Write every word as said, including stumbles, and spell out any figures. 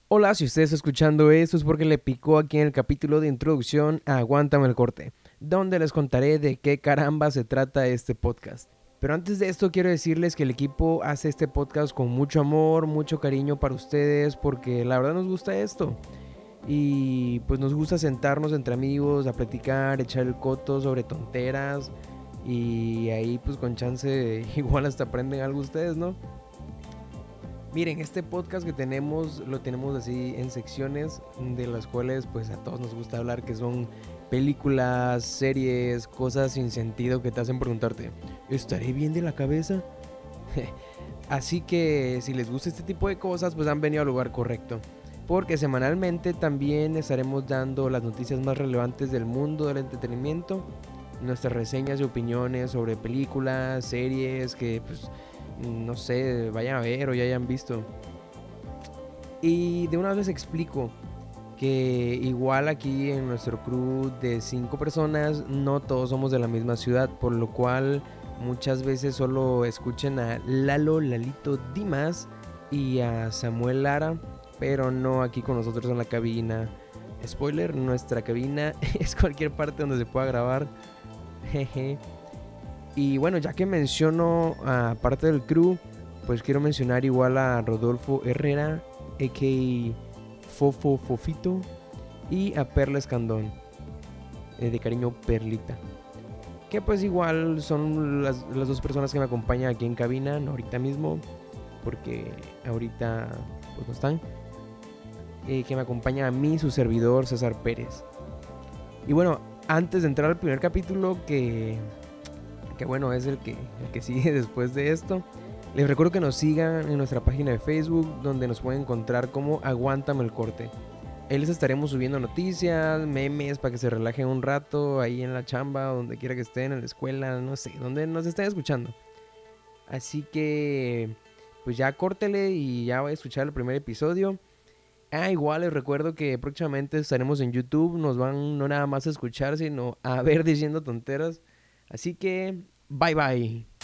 Hola, si usted está escuchando esto es porque le picó aquí en el capítulo de introducción a Aguántame el corte, donde les contaré de qué caramba se trata este podcast. Pero antes de esto quiero decirles que el equipo hace este podcast con mucho amor, mucho cariño para ustedes, porque la verdad nos gusta esto. Y pues nos gusta sentarnos entre amigos a platicar, echar el coto sobre tonteras. Y ahí pues con chance igual hasta aprenden algo ustedes, ¿no? Miren, este podcast que tenemos lo tenemos así en secciones de las cuales pues a todos nos gusta hablar, que son películas, series, cosas sin sentido que te hacen preguntarte, ¿estaré bien de la cabeza? Así que si les gusta este tipo de cosas pues han venido al lugar correcto, porque semanalmente también estaremos dando las noticias más relevantes del mundo del entretenimiento, nuestras reseñas y opiniones sobre películas, series que pues no sé, vayan a ver o ya hayan visto. Y de una vez les explico que igual aquí en nuestro crew de cinco personas no todos somos de la misma ciudad, por lo cual muchas veces solo escuchen a Lalo, Lalito Dimas y a Samuel Lara, pero no aquí con nosotros en la cabina. Spoiler, nuestra cabina es cualquier parte donde se pueda grabar. Jeje. Y bueno, ya que menciono a parte del crew, pues quiero mencionar igual a Rodolfo Herrera, a k a. Fofo Fofito, y a Perla Escandón, eh, de cariño Perlita. Que pues igual son las, las dos personas que me acompañan aquí en cabina, no ahorita mismo, porque ahorita pues no están. Eh, que me acompaña a mí, su servidor César Pérez. Y bueno, antes de entrar al primer capítulo, que que bueno, es el que, el que sigue después de esto. Les recuerdo que nos sigan en nuestra página de Facebook, donde nos pueden encontrar como Aguántame el corte. Ahí les estaremos subiendo noticias, memes para que se relajen un rato ahí en la chamba, o donde quiera que estén, en la escuela, no sé, donde nos estén escuchando. Así que pues ya córtele y ya voy a escuchar el primer episodio. Ah, igual les recuerdo que próximamente estaremos en YouTube, nos van no nada más a escuchar, sino a ver diciendo tonteras. Así que, bye bye.